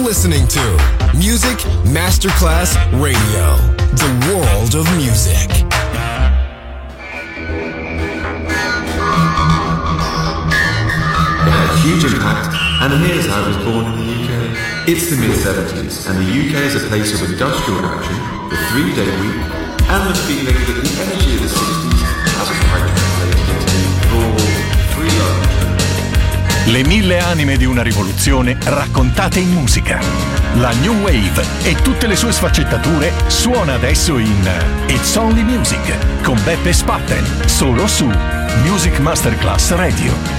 listening to Music Masterclass Radio, the world of music. It had a huge impact, and here's how it was born in the UK. It's the mid-70s, and the UK is a place of industrial action, the 3-day week, and the feeling that the energy of the 60s hasn't quite translated into raw, free love. Le 1000 anime di una rivoluzione raccontate in musica. La New Wave e tutte le sue sfaccettature suona adesso in It's Only Music con Beppe Spatten, solo su Music Masterclass Radio.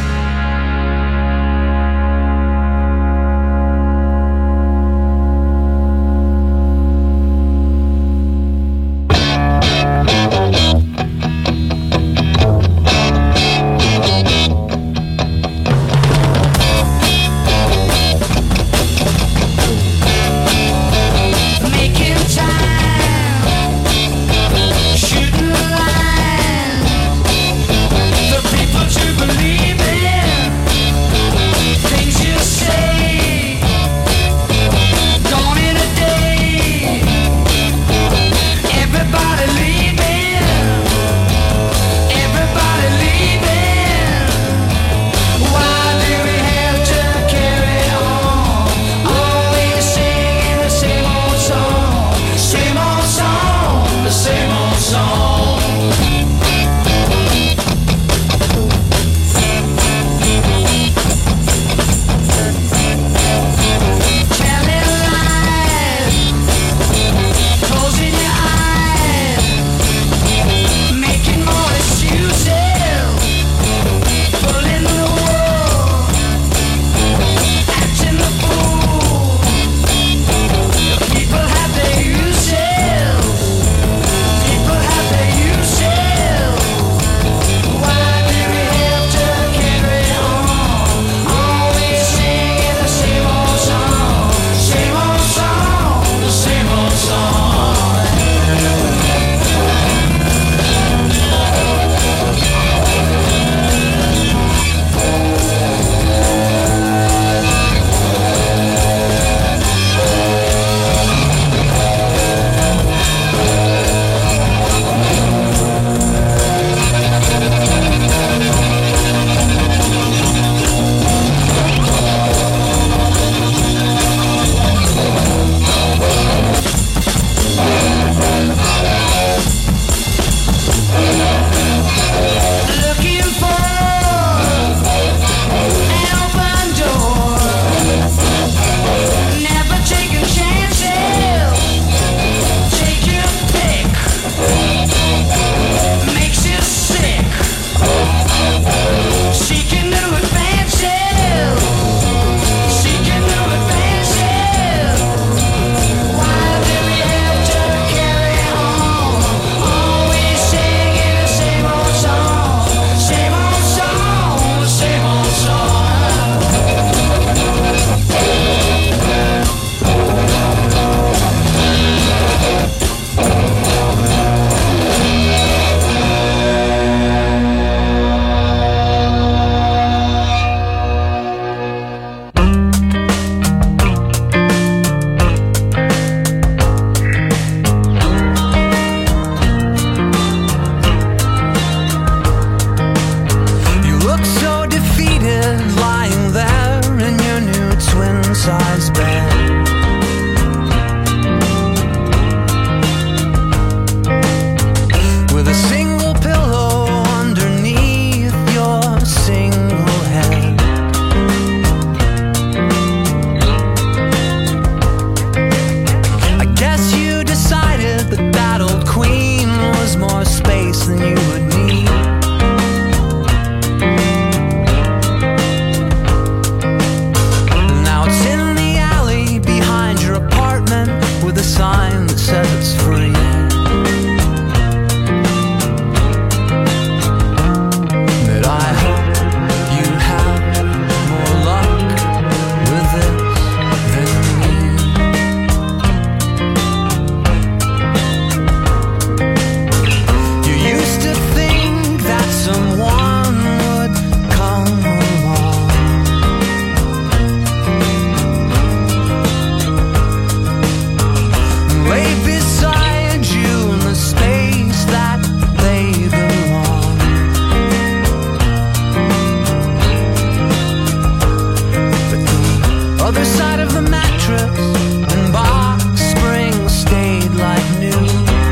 other side of the mattress, and box springs stayed like new.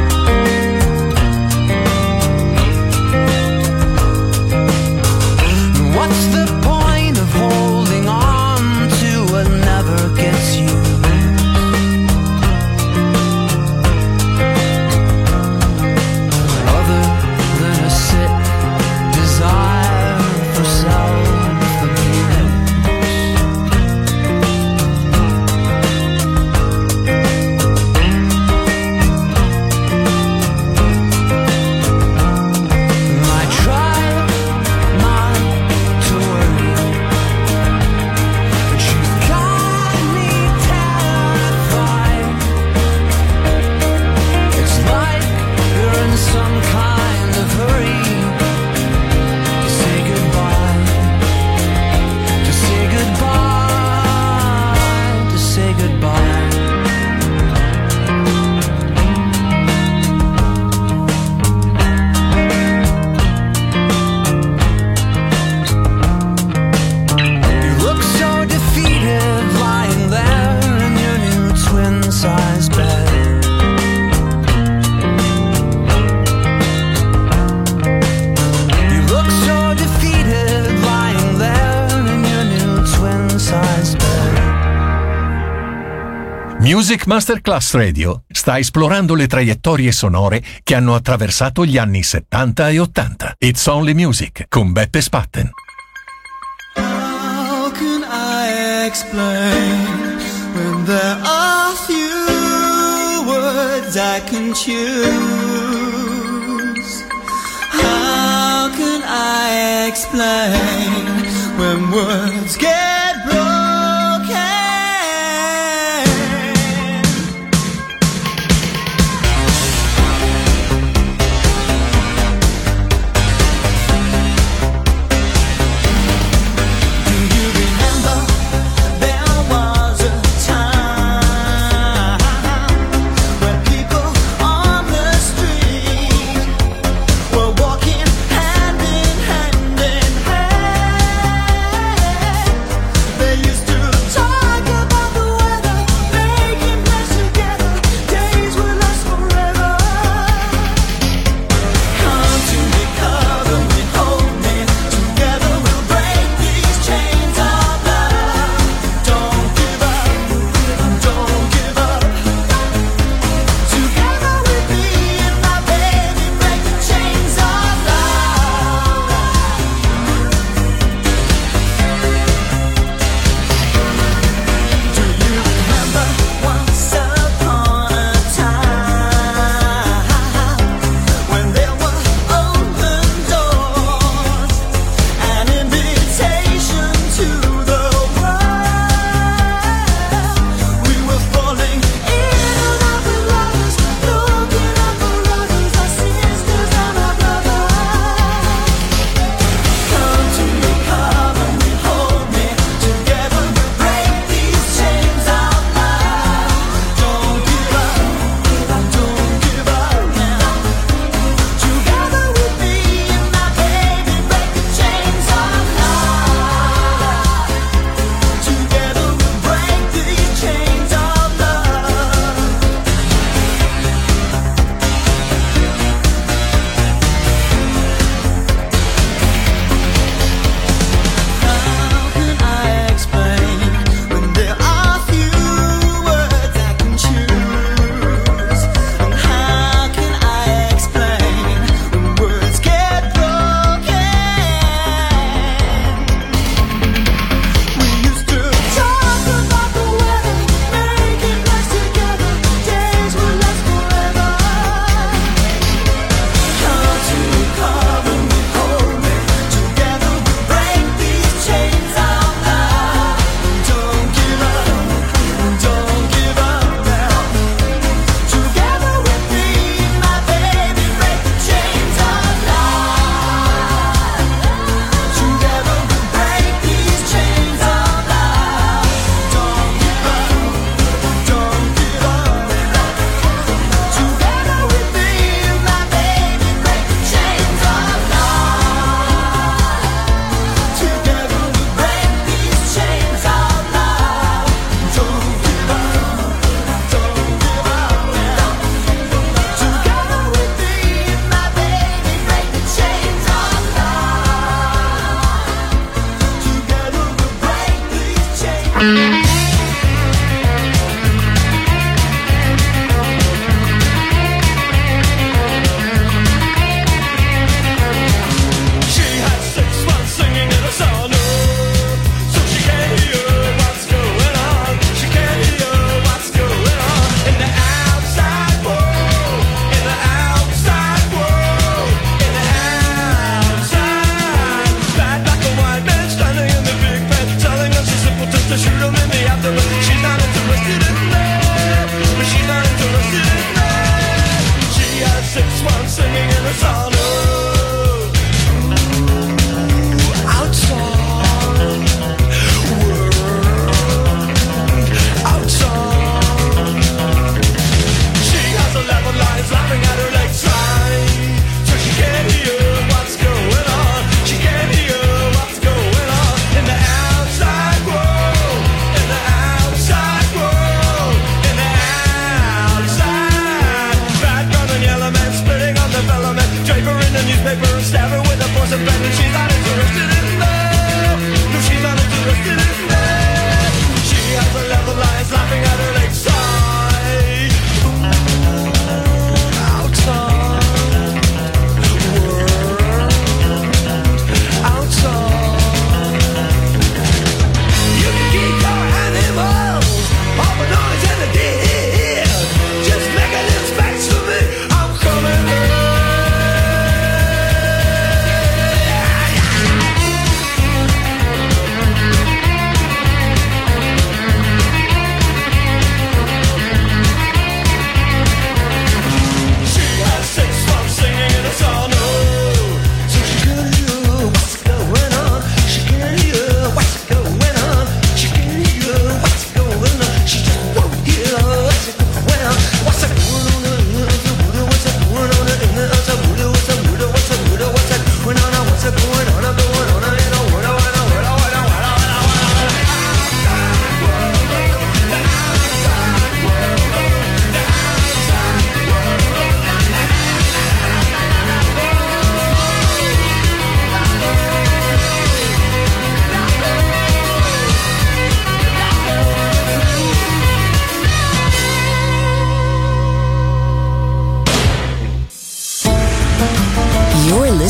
What's the point of holding on to what never gets you? Other than a sick desire for self-abuse. I try not to worry, but you've got me terrified. It's like you're in some kind of hurry to say goodbye, to say goodbye, to say goodbye. You look so defeated lying there in your new twin-size bed. You look so defeated lying there in your new twin-size bed. Music Masterclass Radio sta esplorando le traiettorie sonore che hanno attraversato gli anni 70 e 80. It's Only Music con Beppe Spatten. How can I explain when there are few words I can choose? How can I explain when words get broken? Do you remember there was a time when people on the street were walking hand in hand in hand?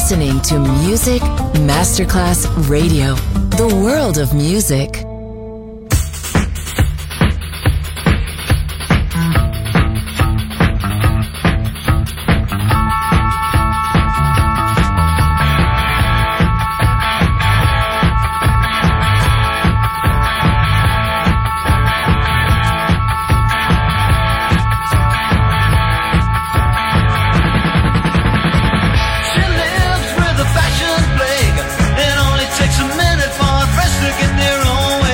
listening to Music Masterclass Radio, the world of music. It only takes a minute for a fresh to get their own way.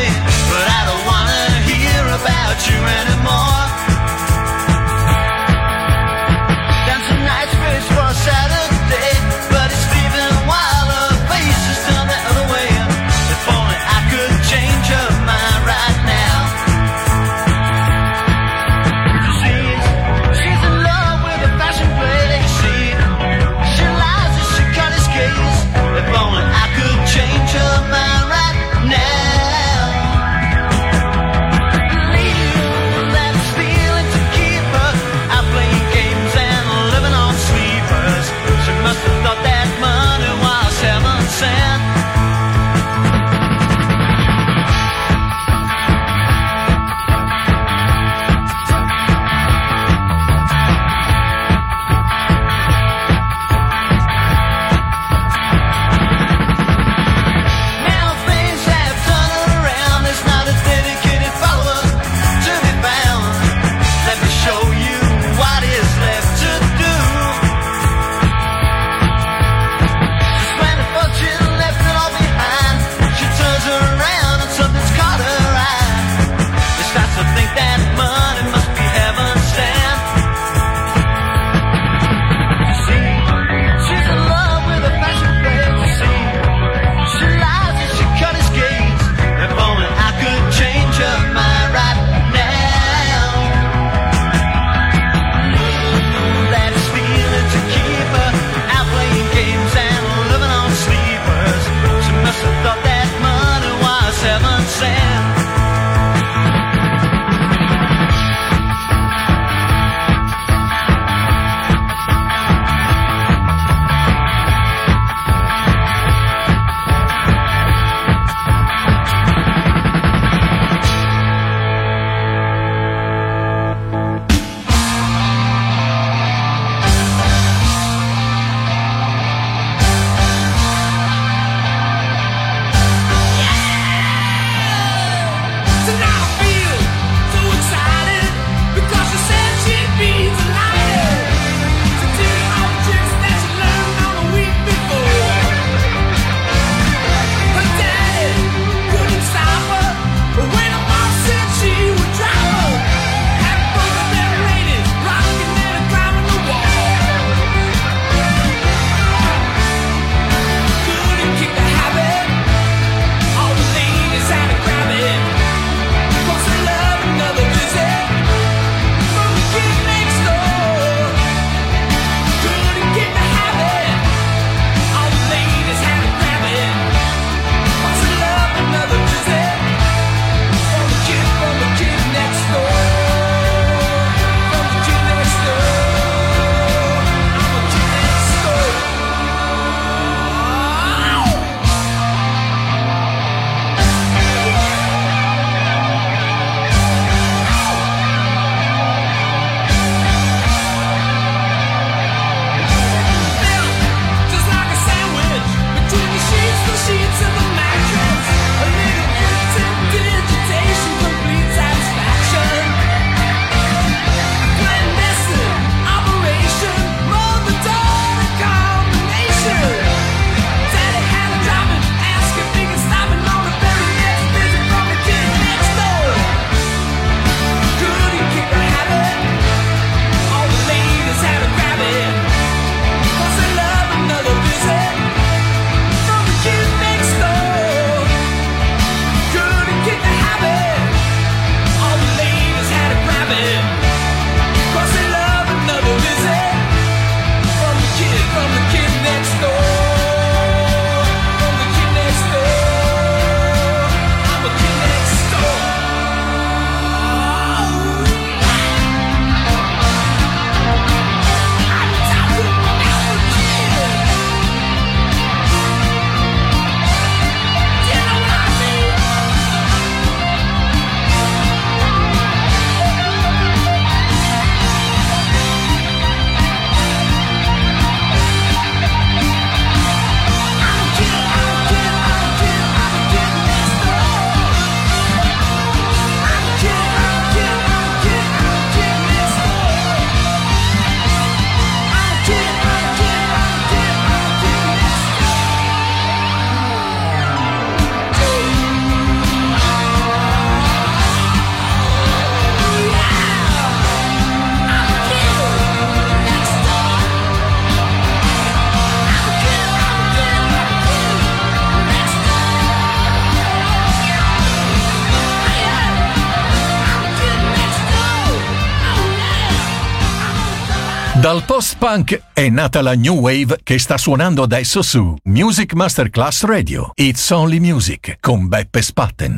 Dal post-punk è nata la new wave che sta suonando adesso su Music Masterclass Radio. It's Only Music con Beppe Spatten.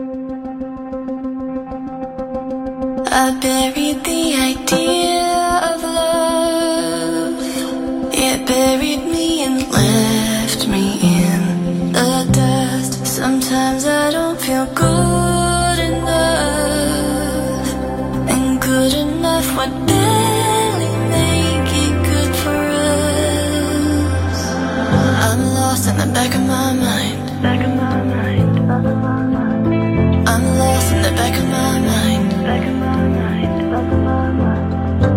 I buried the idea of love. It buried me and left me in the dust. Sometimes I don't feel good enough, and good enough would barely make it good for us. I'm lost in the back of my mind. Back of my mind. I'm lost in the back of my mind. Back of my mind. Back of my mind.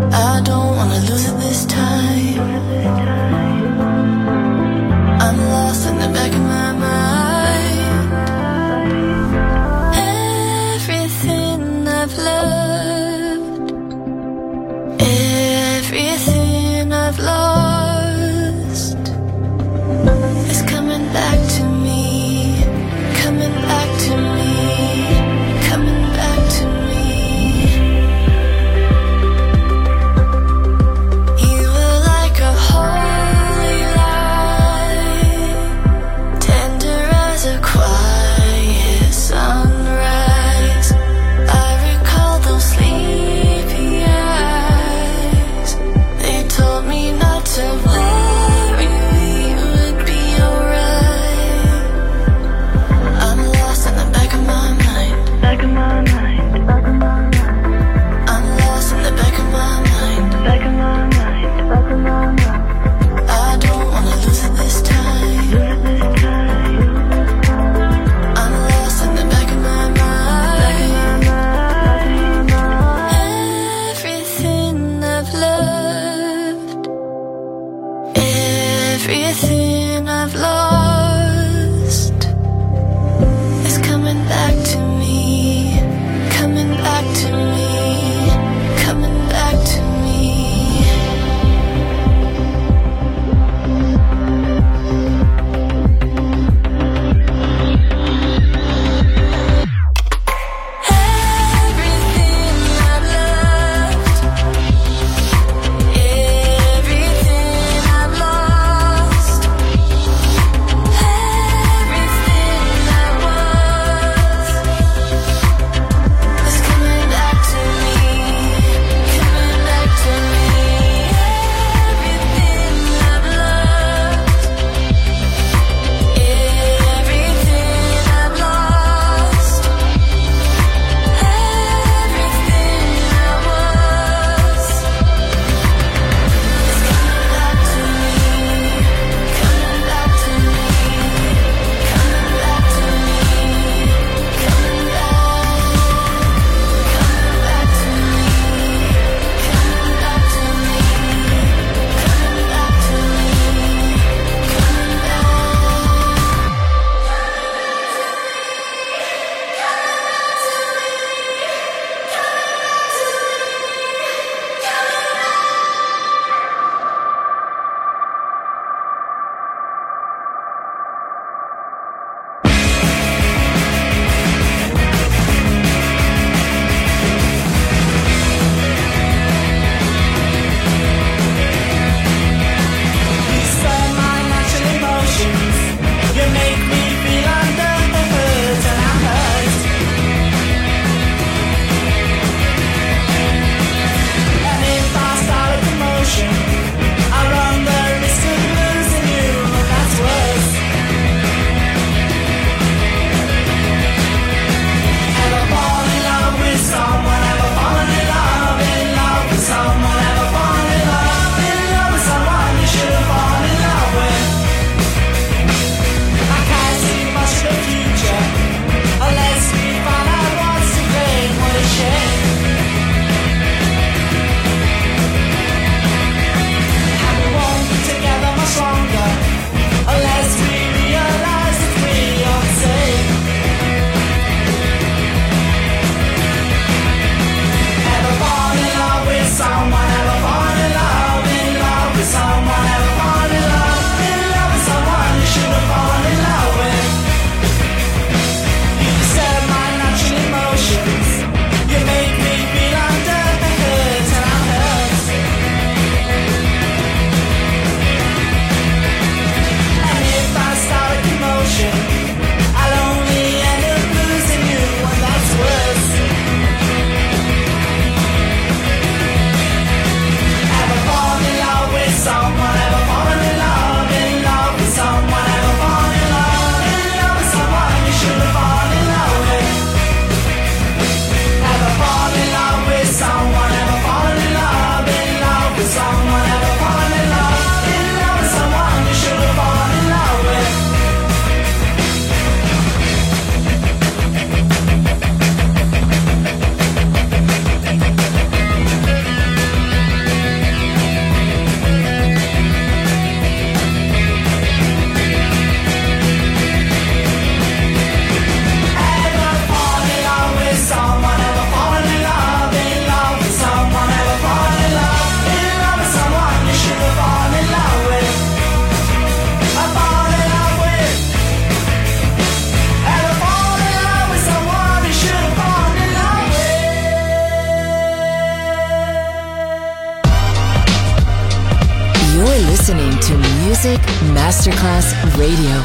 listening to Music Masterclass Radio.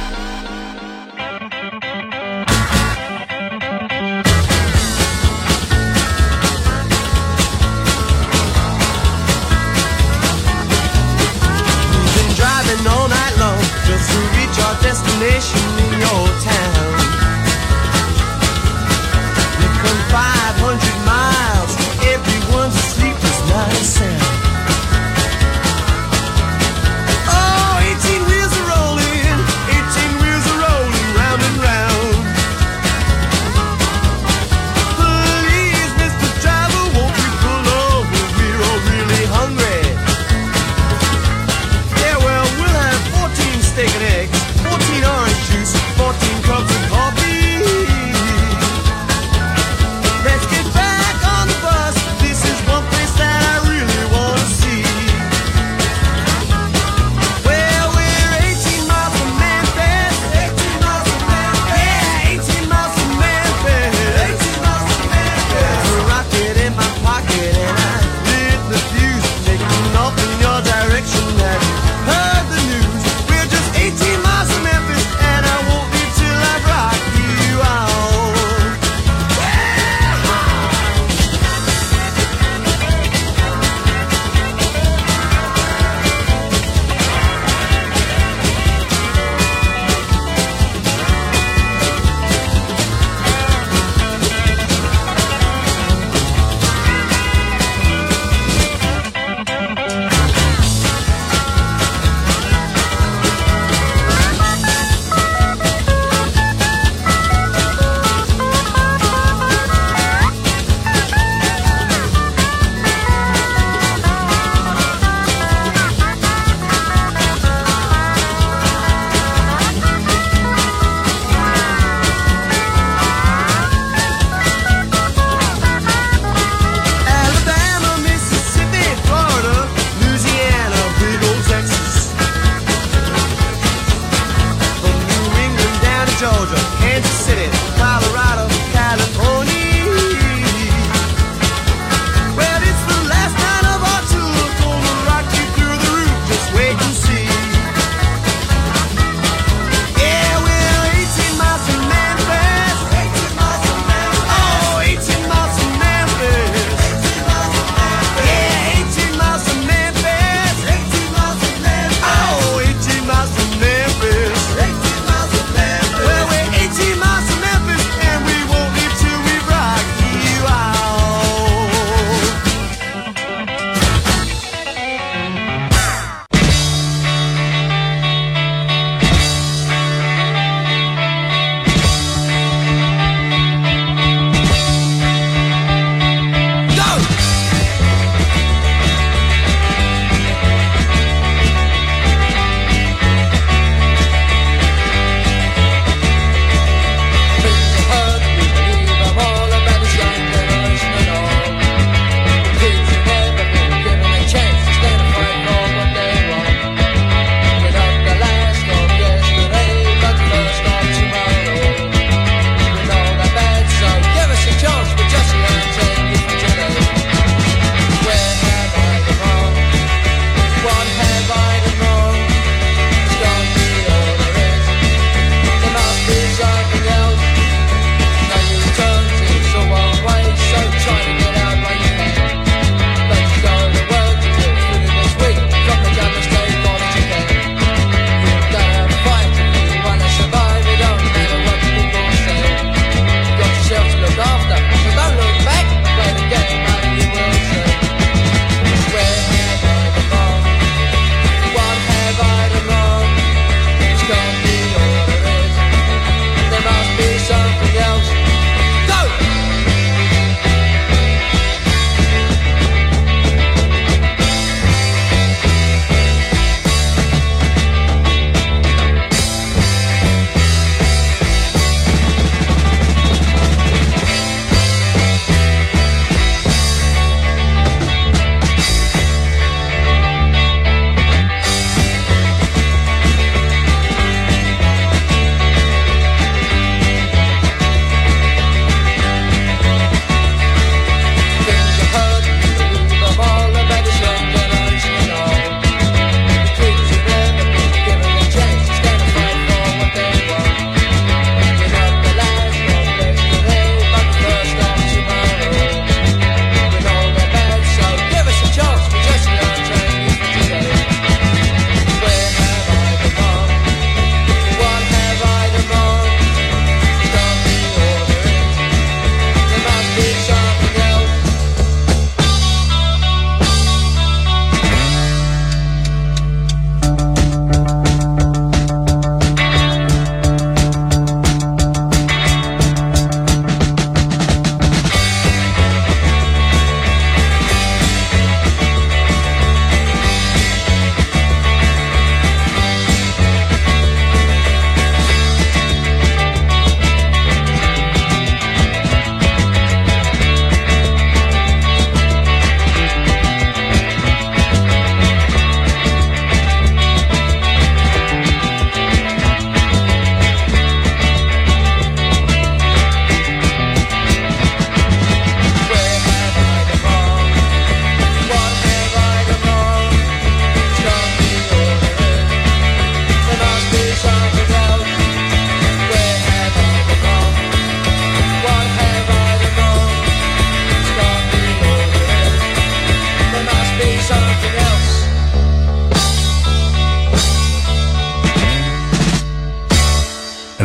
All night long just to reach our destination in your town. We come 500 miles, everyone's asleep, there's not a sound. Oh, 18 wheels are rolling, 18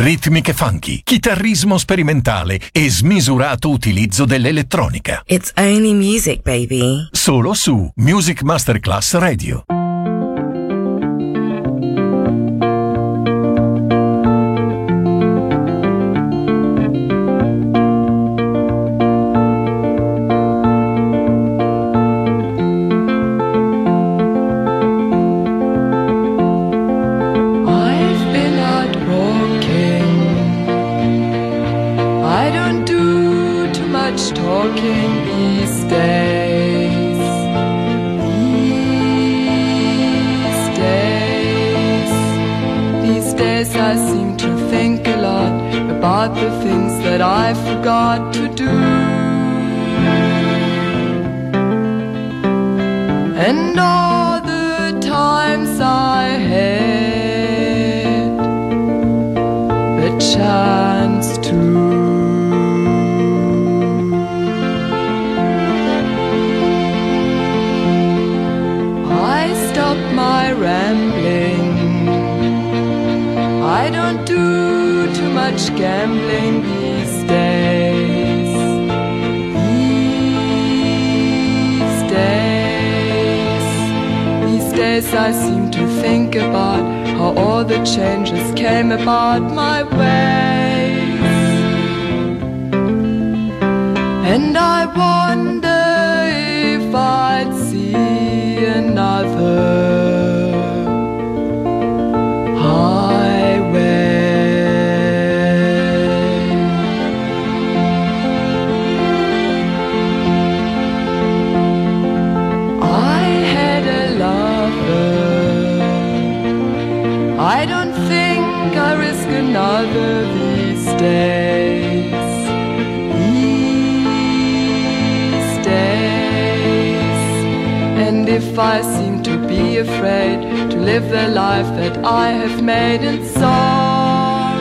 ritmiche funky, chitarrismo sperimentale e smisurato utilizzo dell'elettronica. It's only music, baby. Solo su Music Masterclass Radio. I seem to think about how all the changes came about my way. And I wonder if I'd see another highway. I had a lover. I don't think I risk another these days. These days. And if I seem to be afraid to live the life that I have made in song,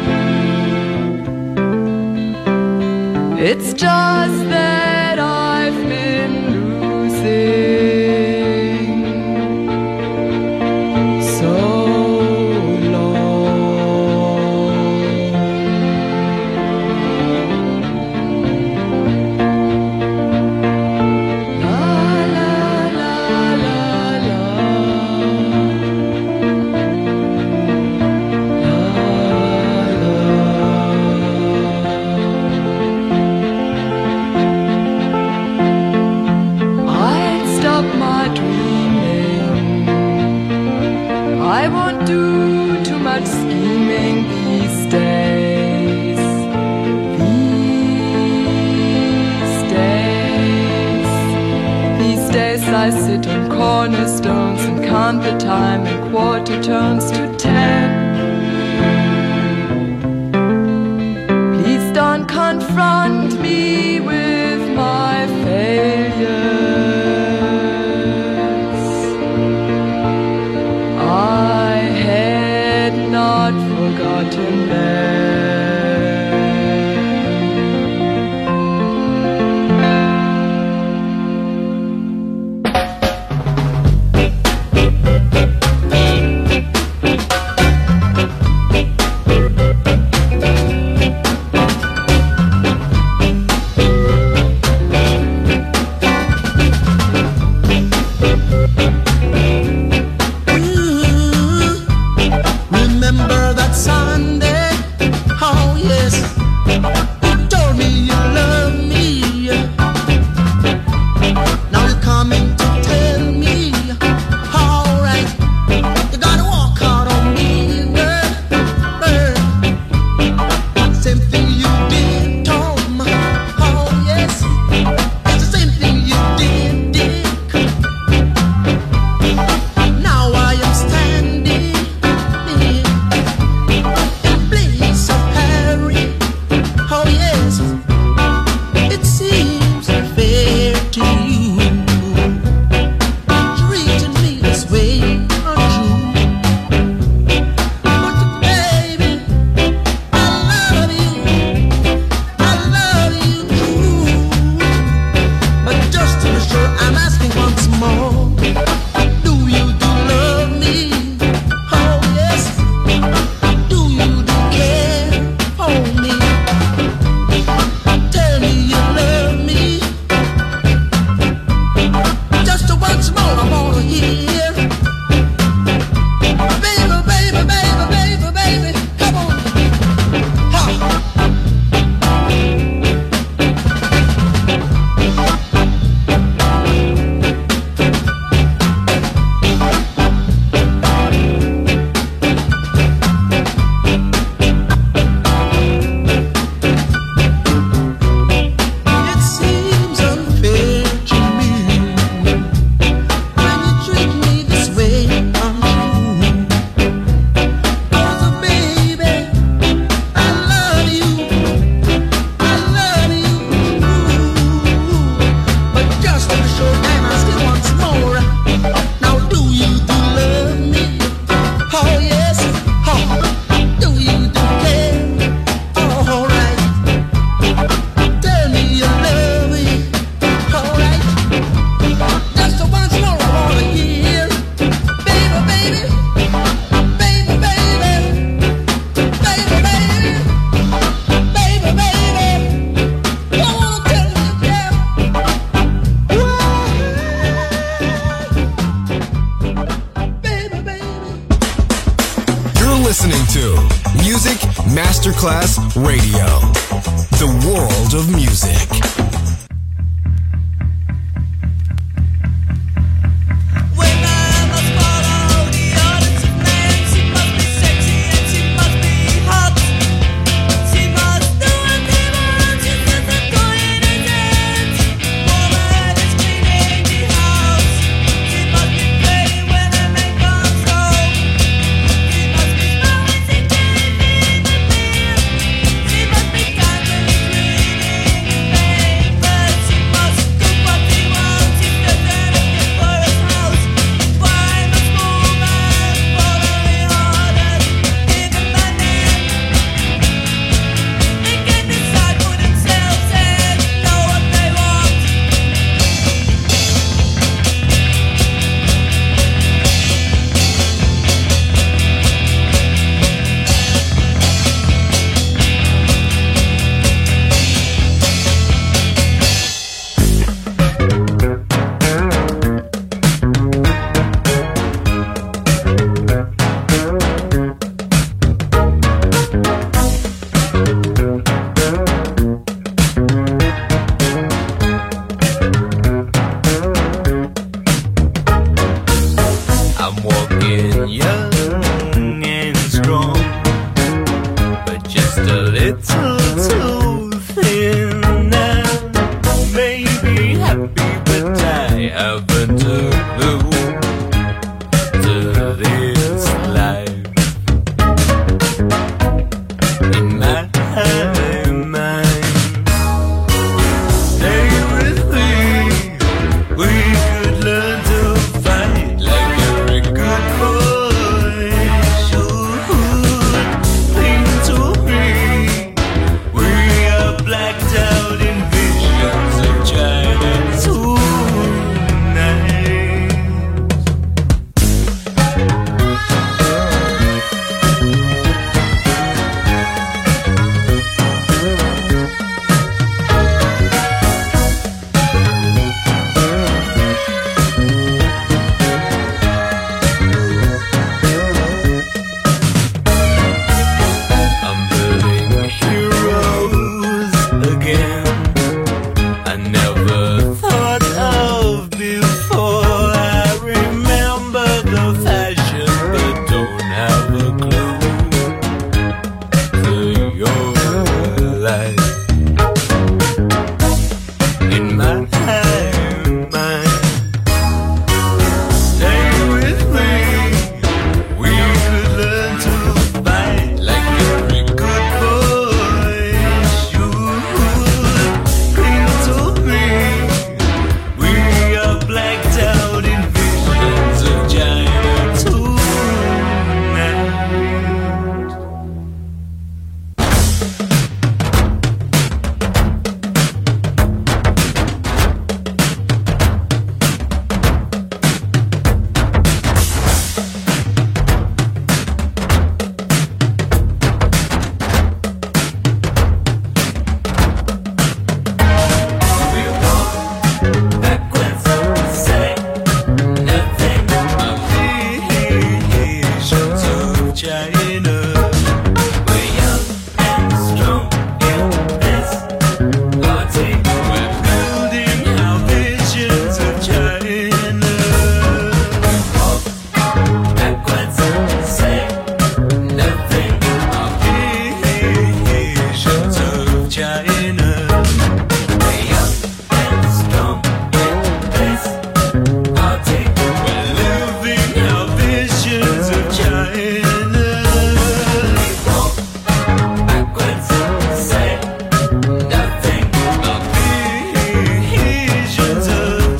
it's just that I've been losing scheming these days. These days I sit on cornerstones and count the time in quarter turns to 10. Please don't confront me with my failures. I had not forgotten them. listening to Music Masterclass Radio, the world of music.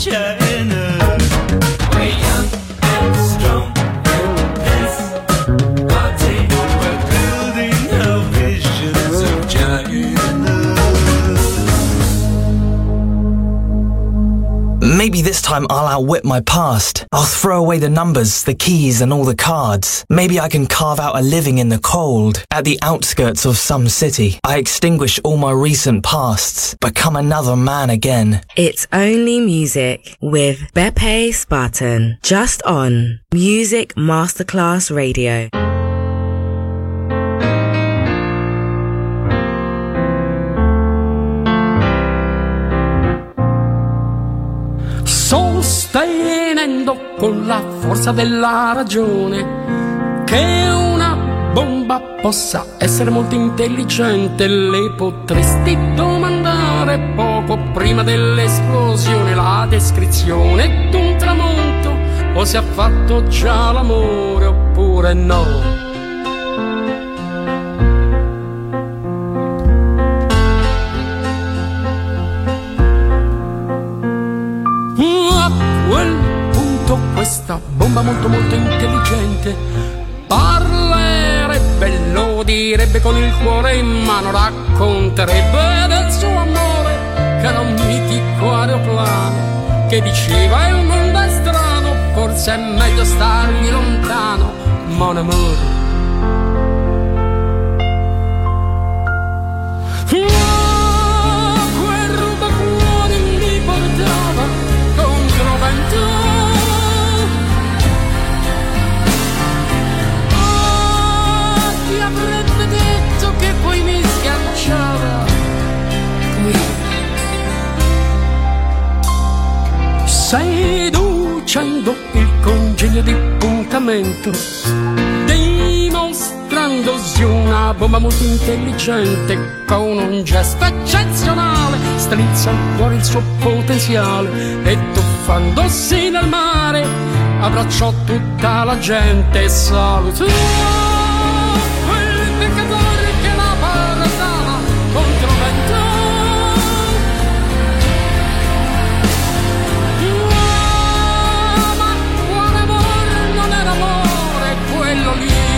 future in us. We're young and strong in this party. We're building our visions of giant love. Maybe this time I'll outwit my past. I'll throw away the numbers, the keys and all the cards. Maybe I can carve out a living in the cold, at the outskirts of some city. I extinguish all my recent pasts, become another man again. It's Only Music with Beppe Spartan, just on Music Masterclass Radio. Sostenendo con la forza della ragione che una bomba possa essere molto intelligente, le potresti domandare poco prima dell'esplosione la descrizione d'un tramonto, o se ha fatto già l'amore oppure no. Questa bomba molto molto intelligente parlerebbe, lo direbbe con il cuore in mano, racconterebbe del suo amore che era un mitico aeroplano che diceva è un mondo strano, forse è meglio stargli lontano, mon amour. Quel rubacuore mi portava contro vento. Avrebbe detto che poi mi schiacciava qui, seducendo il congegno di puntamento, dimostrandosi una bomba molto intelligente, con un gesto eccezionale strizza fuori il suo potenziale e tuffandosi nel mare abbracciò tutta la gente e salutò che la paradava contro vento. Ma buon amore non era amore quello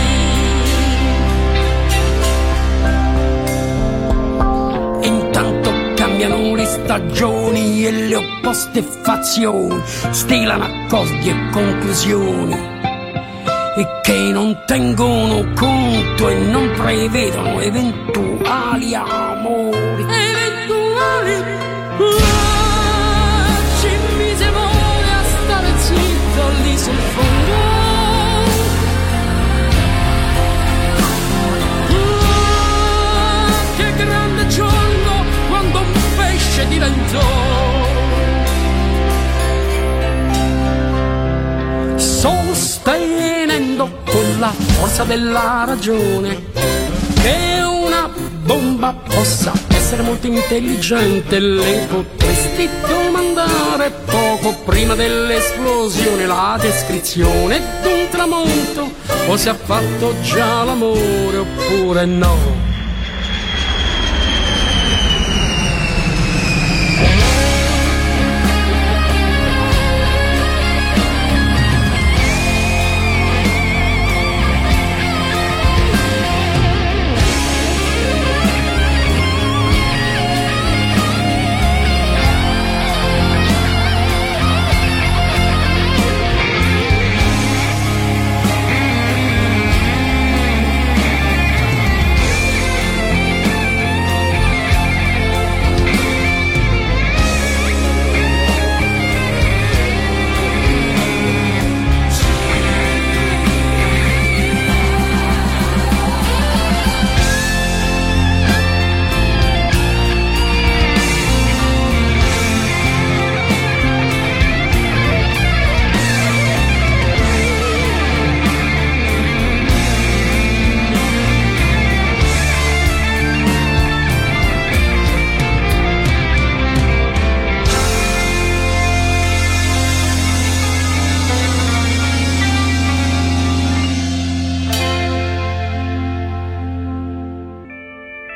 lì. Intanto cambiano le stagioni e le opposte fazioni stilano accordi e conclusioni e che non tengono conto e non prevedono eventuali amori. Eventuali? Ci mise amore a stare zitto lì sul fondo. Che grande giorno quando un pesce diventò sostenendo con la forza della ragione che una bomba possa essere molto intelligente, le potresti domandare poco prima dell'esplosione la descrizione d'un tramonto, o se ha fatto già l'amore oppure no.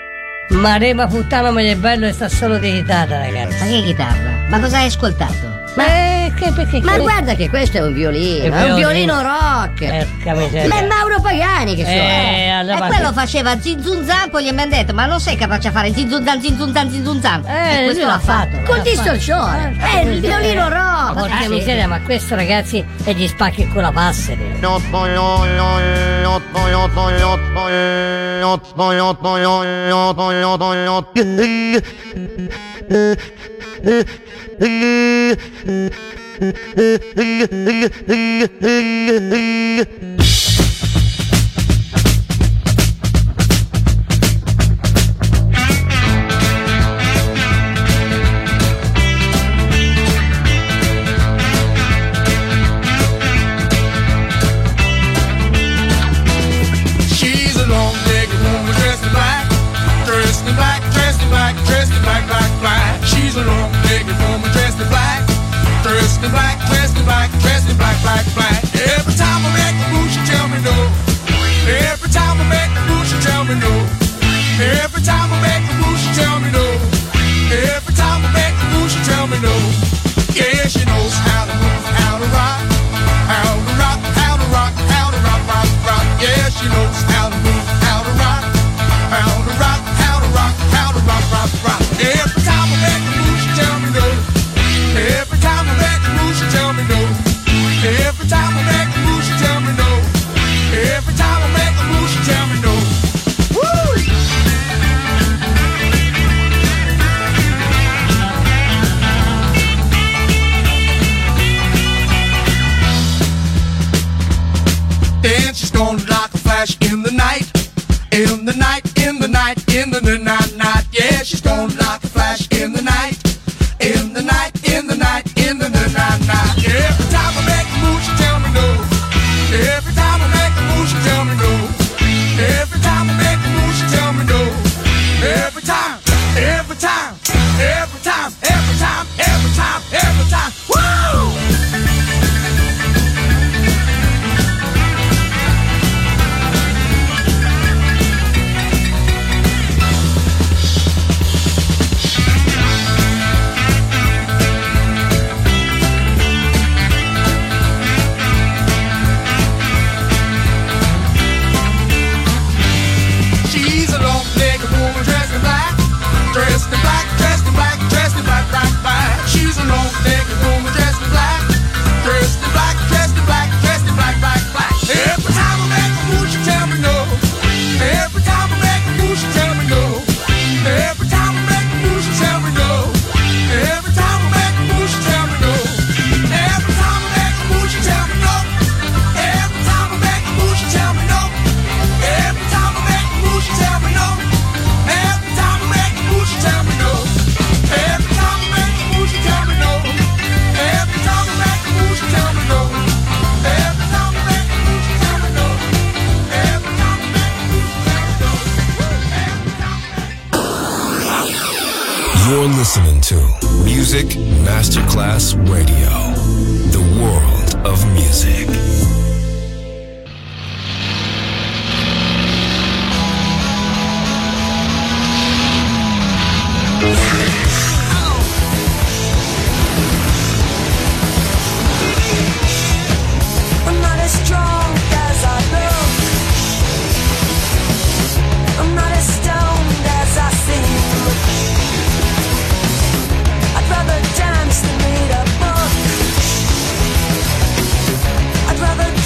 Marema puttana, ma è bello e sta solo di chitarra, ragazzi. Ma che chitarra? Ma cosa hai ascoltato? Ma guarda che questo è un violino, è un violino rock. Ma è Mauro Pagani che suona. E quello faceva zinzunzan, poi gli abbiamo detto: ma non sei capace a fare zinzunzan? E questo l'ha fatto. Col distorsione. È il violino rock. Porca miseria, ma questo ragazzi è gli spacchi con la passeri. She's a long-legged woman dressed in black, dressed in black, dressed in black, dressed in black, black, black. She's a long-legged woman dressed in black, dressed in black, dressed in black, dressed in black, black, black. Every time I make a move, she tell me no. Every time I make a move, she tell me no. Every time I make a move, she tell me no. Every time I make a move, she tell me no. Yeah, she knows how to move, how to rock, how to rock, how to rock, how to rock, rock, rock. Yeah, she knows how to move, how to rock, how to rock, how to rock, how to rock, rock, rock. Every time I make a move, she tell me no. Every time I make a move, she tell me no. Every time I make a move, she tell me no. Every time I make a move, she tell me no. Woo! Then she's gonna like a flash in the night, in the night, in the night, in the night, night. Yeah, she's gonna like a flash in the night, in the night, in the night, in the night, night. Every time I make a move, she tell me no. Every time I make a move, she tell me no. Every time I make a move, she tell me no. Every time, every time, every time, every time, every time, every time. Woo! She's a long-legged woman dressed in black, dressed in black, dressed in black, dressed in black, black, black. She's a long-legged woman dressed in black, dressed in black, dressed in black, dressed in black, black, black. Every time I make a move, she tell me no. Every time I make a move, she tell me no. Every time I make a move, she tell me no. Every time I make a move, she tell me no. Every time I make a move, she tell me no. Every time I make a move, she tell me no. Every time I make a move, she tell me no. Every time I make a move, she tell me no. Every time I make a move, she tell me no. Every time I make a move, she tell me no. Every time I make a move, she tell me no. Every time I make a move, she tell me no. You're listening to Music Masterclass Radio, the world of music. I'm not as strong as I look. I'm not as stoned as I seem. I'd rather dance than read a book. I'd rather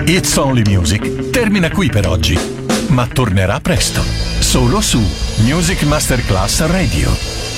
It's Only Music termina qui per oggi, ma tornerà presto, solo su Music Masterclass Radio.